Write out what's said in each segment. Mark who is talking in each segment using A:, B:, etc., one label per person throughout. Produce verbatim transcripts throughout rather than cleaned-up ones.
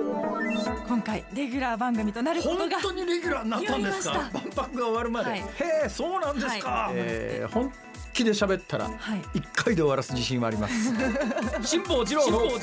A: 今回レギュラー番組となることが
B: 本当にレギュラーになったんですか？万博が終わるまで、はい、へえそうなんですか、はい、えー、本気で喋ったらいっかいで終わらす自信はあります。辛坊治郎の万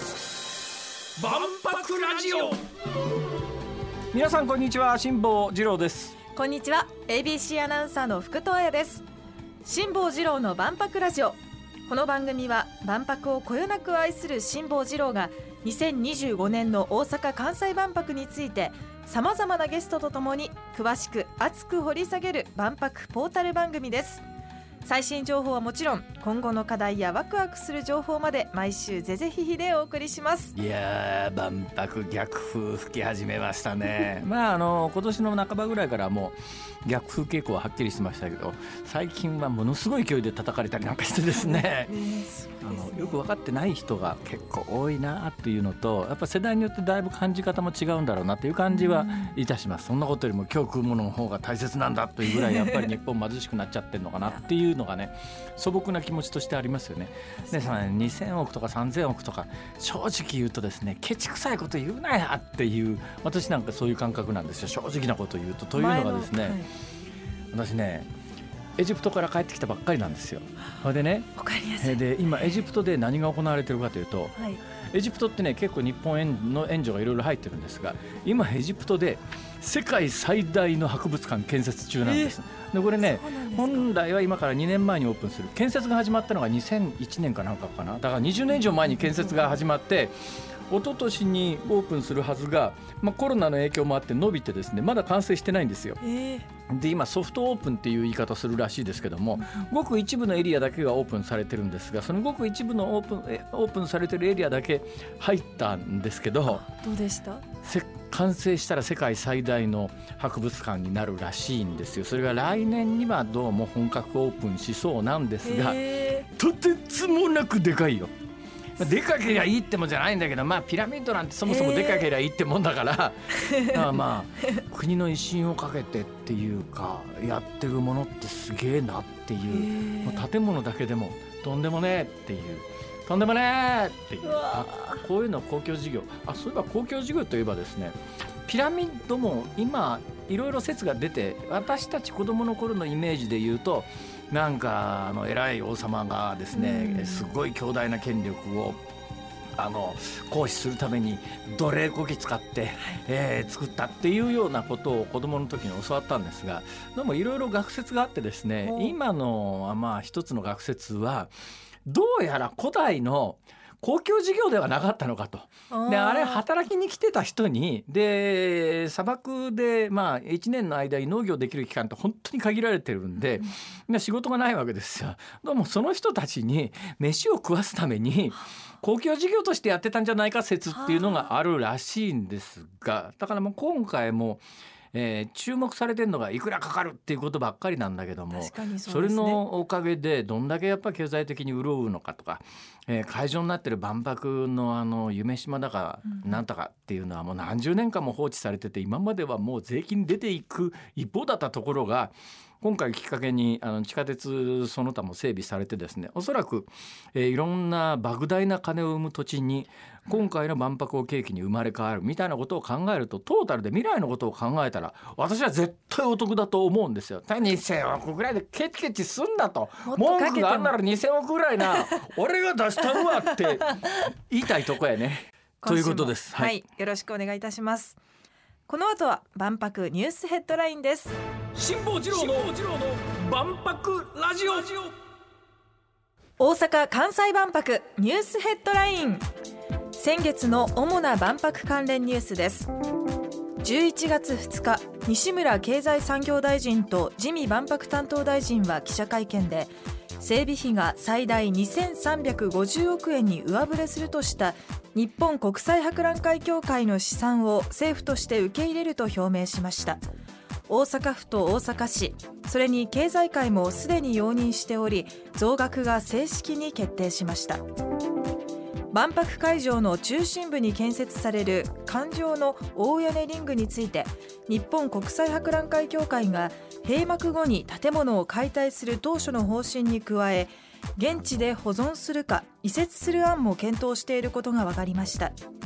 B: 博ラジオ。皆さんこんにちは、辛坊治郎です。
A: こんにちは、 エービーシー アナウンサーの福藤彩です。辛坊治郎の万博ラジオ。この番組は万博をこよなく愛する辛坊治郎がにせんにじゅうごねんの大阪・関西万博についてさまざまなゲストとともに詳しく熱く掘り下げる万博ポータル番組です。最新情報はもちろん、今後の課題やワクワクする情報まで毎週ぜぜひひでお送りします。
B: いやー、万博逆風吹き始めましたね。まああの今年の半ばぐらいからもう逆風傾向ははっきりしてましたけど、最近はものすごい勢いで叩かれたりなんかしてですねあのよく分かってない人が結構多いなっていうのと、やっぱ世代によってだいぶ感じ方も違うんだろうなっていう感じはいたします。そんなことよりも今日食うものの方が大切なんだというぐらいやっぱり日本貧しくなっちゃってるのかなっていうのがね、素朴な気持ちとしてありますよね。でさ、にせんおくとかさんぜんおくとか正直言うとですね、ケチくさいこと言うなやっていう、私なんかそういう感覚なんですよ、正直なこと言うと。というのがですね、はい、私ねエジプトから帰ってきたばっかりなんですよ。それでね、
A: お帰りなさい。
B: で今エジプトで何が行われているかというと、はい、エジプトってね結構日本の援助がいろいろ入ってるんですが、今エジプトで世界最大の博物館建設中なんです。でこれね、本来は今からにねんまえにオープンする、建設が始まったのがにせんいちねんかなんかかな、だからにじゅうねん以上前に建設が始まって一昨年にオープンするはずが、まあ、コロナの影響もあって伸びてですね、まだ完成してないんですよ。えー、で今ソフトオープンっていう言い方するらしいですけども、ごく一部のエリアだけがオープンされてるんですが、そのごく一部のオープンえオープンされてるエリアだけ入ったんですけど、
A: どうでした？
B: 完成したら世界最大の博物館になるらしいんですよ。それが来年にはどうも本格オープンしそうなんですが、えー、とてつもなくでかいよ。でかけりゃいいってもんじゃないんだけど、まあピラミッドなんてそもそもでかけりゃいいってもんだから、えー、だからまあ国の威信をかけてっていうかやってるものってすげえなっていう、えー、もう建物だけでもとんでもねえっていう、とんでもねえっていう、あこういうの公共事業、あそういえば公共事業といえばですね、ピラミッドも今いろいろ説が出て、私たち子どもの頃のイメージで言うと、なんかあの偉い王様がですね、すごい強大な権力をあの行使するために奴隷こき使って、はい、えー、作ったっていうようなことを子どもの時に教わったんですが、でもいろいろ学説があってですね、今のまあ一つの学説はどうやら古代の公共事業ではなかったのかと。であれ働きに来てた人に、で砂漠でまあいちねんの間に農業できる期間って本当に限られてるんで、うん、仕事がないわけですよ。どうもその人たちに飯を食わすために公共事業としてやってたんじゃないか説っていうのがあるらしいんですが、だからもう今回もえー、注目されてるのがいくらかかるっていうことばっかりなんだけども、 そ,、ね、それのおかげでどんだけやっぱり経済的に潤うのかとか、えー、会場になってる万博のあの夢島だかなんとかっていうのはもう何十年間も放置されてて、今まではもう税金出ていく一方だったところが、今回きっかけにあの地下鉄その他も整備されてですね、おそらく、えー、いろんな莫大な金を生む土地に今回の万博を契機に生まれ変わるみたいなことを考えると、トータルで未来のことを考えたら私は絶対お得だと思うんですよ。にせんおくぐらいでケチケチすんだと、文句があんならにせんおくぐらいな俺が出したるわって言いたいとこやねということです。
A: はい、はい、よろしくお願いいたします。この後は万博ニュースヘッドラインです。
B: 辛坊治郎の万博ラジオ。
A: 大阪・関西万博ニュースヘッドライン。先月の主な万博関連ニュースです。じゅういちがつふつか、西村経済産業大臣と自見万博担当大臣は記者会見で、整備費が最大にせんさんびゃくごじゅうおくえんに上振れするとした日本国際博覧会協会の試算を政府として受け入れると表明しました。大阪府と大阪市、それに経済界もすでに容認しており、増額が正式に決定しました。万博会場の中心部に建設される環状の大屋根リングについて、日本国際博覧会協会が閉幕後に建物を解体する当初の方針に加え、現地で保存するか移設する案も検討していることが分かりました。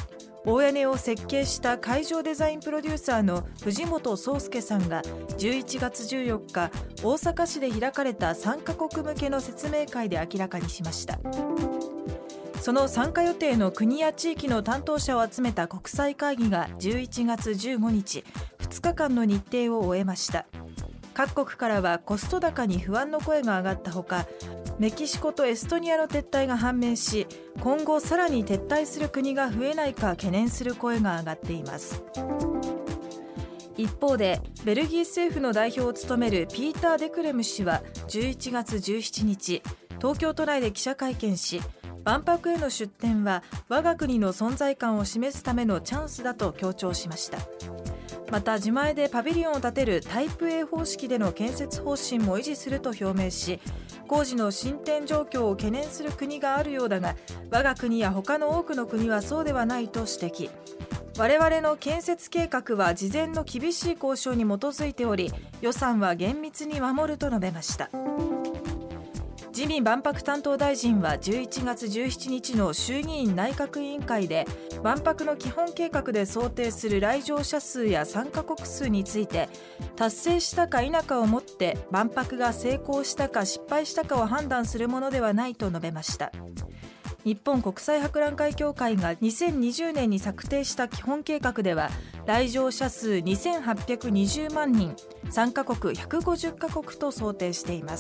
A: 大屋根を設計した会場デザインプロデューサーの藤本壮介さんがじゅういちがつじゅうよっか大阪市で開かれたさんカ国向けの説明会で明らかにしました。その参加予定の国や地域の担当者を集めた国際会議がじゅういちがつじゅうごにちふつかかんの日程を終えました。各国からはコスト高に不安の声が上がったほか、メキシコとエストニアの撤退が判明し、今後さらに撤退する国が増えないか懸念する声が上がっています。一方でベルギー政府の代表を務めるピーター・デクレム氏はじゅういちがつじゅうしちにち東京都内で記者会見し、万博への出展は我が国の存在感を示すためのチャンスだと強調しました。また自前でパビリオンを建てるタイプ A 方式での建設方針も維持すると表明し、工事の進展状況を懸念する国があるようだが、我が国や他の多くの国はそうではないと指摘。我々の建設計画は事前の厳しい交渉に基づいており、予算は厳密に守ると述べました。自民万博担当大臣はじゅういちがつじゅうしちにちの衆議院内閣委員会で、万博の基本計画で想定する来場者数や参加国数について、達成したか否かをもって万博が成功したか失敗したかを判断するものではないと述べました。日本国際博覧会協会がにせんにじゅうねんに策定した基本計画では、来場者数にせんはっぴゃくにじゅうまんにん、参加国ひゃくごじゅっかこくと想定しています。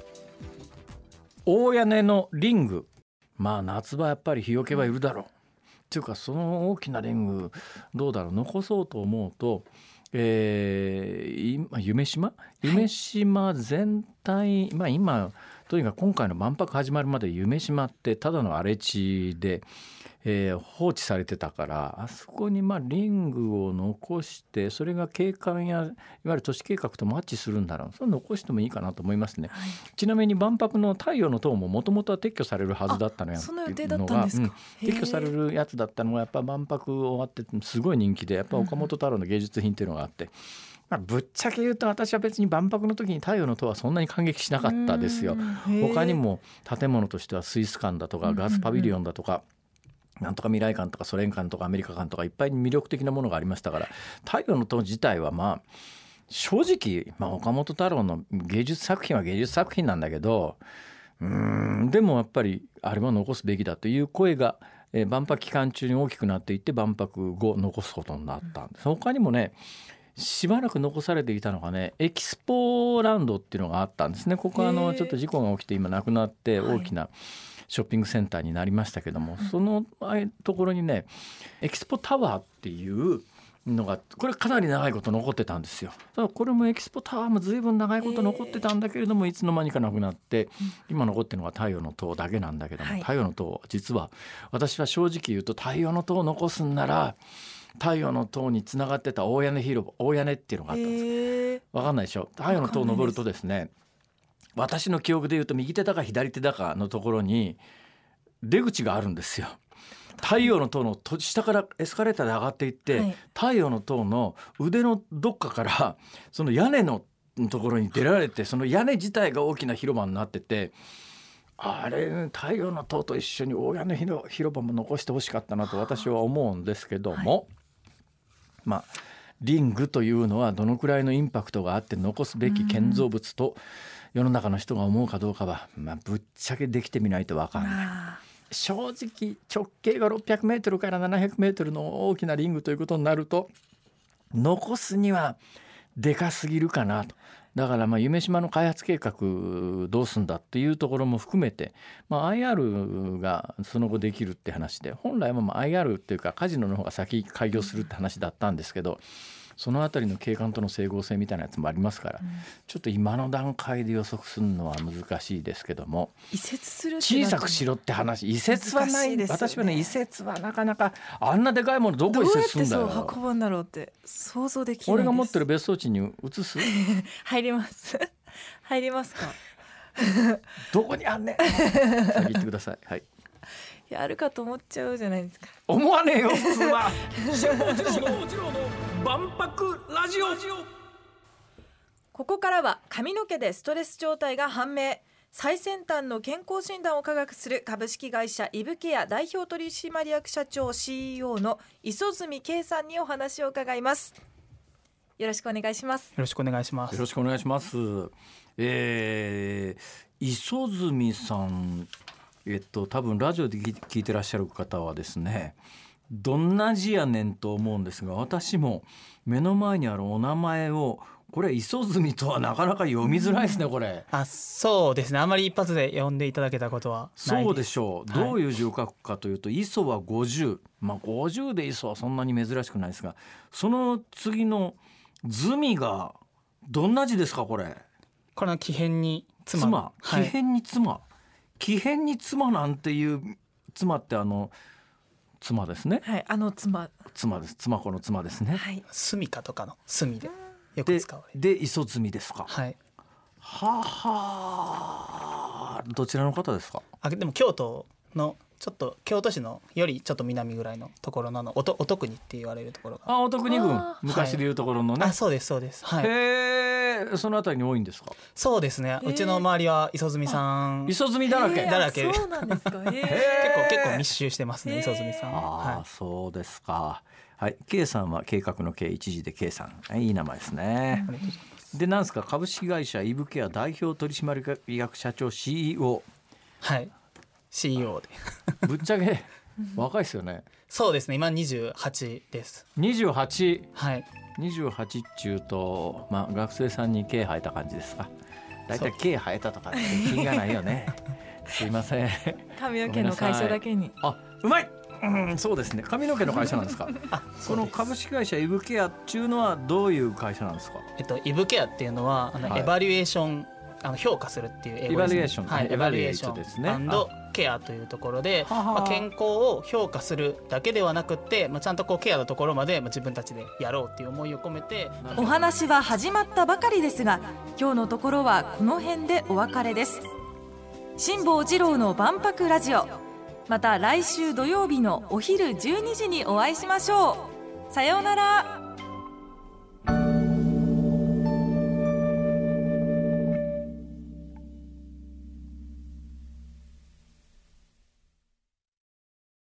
B: 大屋根のリング、まあ夏場やっぱり日よけはいるだろうっていうか、その大きなリングどうだろう、残そうと思うと、えー、今夢島夢島全体、はい、まあ今とにかく今回の万博始まるまで夢島ってただの荒れ地で、えー、放置されてたから、あそこにまあリングを残して、それが景観やいわゆる都市計画とマッチするんだろう、それ残してもいいかなと思いますね、はい、ちなみに万博の太陽の塔ももともとは撤去されるはずだったのや
A: その予定だったんですか、
B: うん、撤去されるやつだったのがやっぱ万博終わってすごい人気で、やっぱ岡本太郎の芸術品っていうのがあって、うんまあ、ぶっちゃけ言うと私は別に万博の時に太陽の塔はそんなに感激しなかったですよ。他にも建物としてはスイス館だとかガスパビリオンだとか、なんとか未来館とかソ連館とかアメリカ館とかいっぱい魅力的なものがありましたから、太陽の塔自体はまあ正直、まあ、岡本太郎の芸術作品は芸術作品なんだけど、うーんでもやっぱりあれは残すべきだという声が、えー、万博期間中に大きくなっていって、万博後残すことになったんです。他にもねしばらく残されていたのがね、エキスポランドっていうのがあったんですね。ここはあのちょっと事故が起きて今なくなって大きなショッピングセンターになりましたけども、はい、そのところにねエキスポタワーっていうのが、これかなり長いこと残ってたんですよ。ただこれもエキスポタワーも随分長いこと残ってたんだけれども、いつの間にかなくなって、今残ってるのが太陽の塔だけなんだけども、はい、太陽の塔実は私は正直言うと、太陽の塔を残すんなら太陽の塔につながってた大屋根広場、大屋根っていうのがあったんです。わかんないでしょ。太陽の塔を登るとですね、私の記憶で言うと右手だか左手だかのところに出口があるんですよ。太陽の塔の下からエスカレーターで上がっていって、はい、太陽の塔の腕のどっかからその屋根のところに出られて、その屋根自体が大きな広場になってて、あれ太陽の塔と一緒に大屋根広場も残してほしかったなと私は思うんですけども、はい、まあリングというのはどのくらいのインパクトがあって残すべき建造物と世の中の人が思うかどうかは、まあ、ぶっちゃけできてみないと分かんない。正直直径がろっぴゃくメートルからななひゃくメートルの大きなリングということになると、残すにはでかすぎるかなと。だからまあ夢島の開発計画どうすんだっていうところも含めて、まあ、アイアール がその後できるって話で、本来はまあ アイアール っていうかカジノの方が先開業するって話だったんですけど、そのあたりの景観との整合性みたいなやつもありますから、うん、ちょっと今の段階で予測するのは難しいですけども、
A: 移設する
B: 小さくしろって話、移設はない、ね、私はね移設はなかなかあんなでかいものどこ移設するんだよ。
A: どうやってそう運ぶんだろうって想像できないです。
B: 俺が持ってる別荘地に移す
A: 入ります入りますか
B: どこにあんねん先言ってください。はい、
A: やるかと思っちゃうじゃないですか。
B: 思わねえよ普通は万博ラジオ。
A: ここからは髪の毛でストレス状態が判明、 最先端の健康診断を科学する株式会社イブケア代表取締役社長 シーイーオー の磯住圭さんにお話を伺います。よろしくお願いします。
C: よろしくお願いします。
B: よろしくお願いします。えー、磯住さん、えっと多分ラジオで聞いてらっしゃる方はですね、どんな字やねんと思うんですが、私も目の前にあるお名前を、これ磯住とはなかなか読みづらいですね、これ。
C: あ、そうですね、あまり一発で読んでいただけたことはないです。
B: そうでしょう、はい、どういう字を書くかというと、磯はごじゅう、まあごじゅうで磯はそんなに珍しくないですが、その次の住がどんな字ですか、これ。
C: これは木偏に妻、
B: 妻、木偏に妻、はい、木偏に妻なんていう妻ってあの妻ですね。
A: はい、あの妻
B: 妻です。妻子の妻ですね。
A: はい、
C: 住処とかの住でよく使われる。
B: で、で磯住ですか。
C: はい。
B: はは。どちらの方ですか。
C: あ、でも京都のちょっと京都市のよりちょっと南ぐらいのところのおとお徳にって言われるところが。
B: あ、お徳に郡、昔でいうところのね。
C: はい、あ、そうですそうです。はい。
B: へえ、そのあたりに多いんですか。
C: そうですね。うちの周りは磯住さん。
B: 磯住だらけ。
C: だらけ。
A: そうなんですか。結構
C: 結構密集してますね、磯住さん。
B: あ、はい、そうですか。はい、K さんは計画の K、一時で K さん、いい名前ですね。
C: ありがとうございます。
B: で、なんですか、株式会社イブケア代表取締役社長 シーイーオー。
C: はい、シーイーオー で。
B: ぶっちゃけ若いですよね。
C: そうですね、今にじゅうはちです。
B: にじゅうはち。
C: はい。
B: にじゅうはちっちゅうと、まあ、学生さんに毛生えた感じですか。だいたい毛生えたとかって気がないよね。すいません。
A: 髪の毛の会社だけに。
B: あ、うまい。うん、そうですね。髪の毛の会社なんですか。あ、その株式会社イブケアっていうのはどういう会社なんですか。
C: えっとイブケアっていうのはあの、はい、エバリエーション、あの評価するっていう英語ですね。エバリエーション、はい、エバリエーションですね。ケアというところで、ははまあ、健康を評価するだけではなくて、まあ、ちゃんとこうケアのところまで、まあ、自分たちでやろうっていう思いを込めて。
A: お話は始まったばかりですが、今日のところはこの辺でお別れです。辛坊治郎の万博ラジオ、また来週土曜日のお昼じゅうにじにお会いしましょう。さようなら。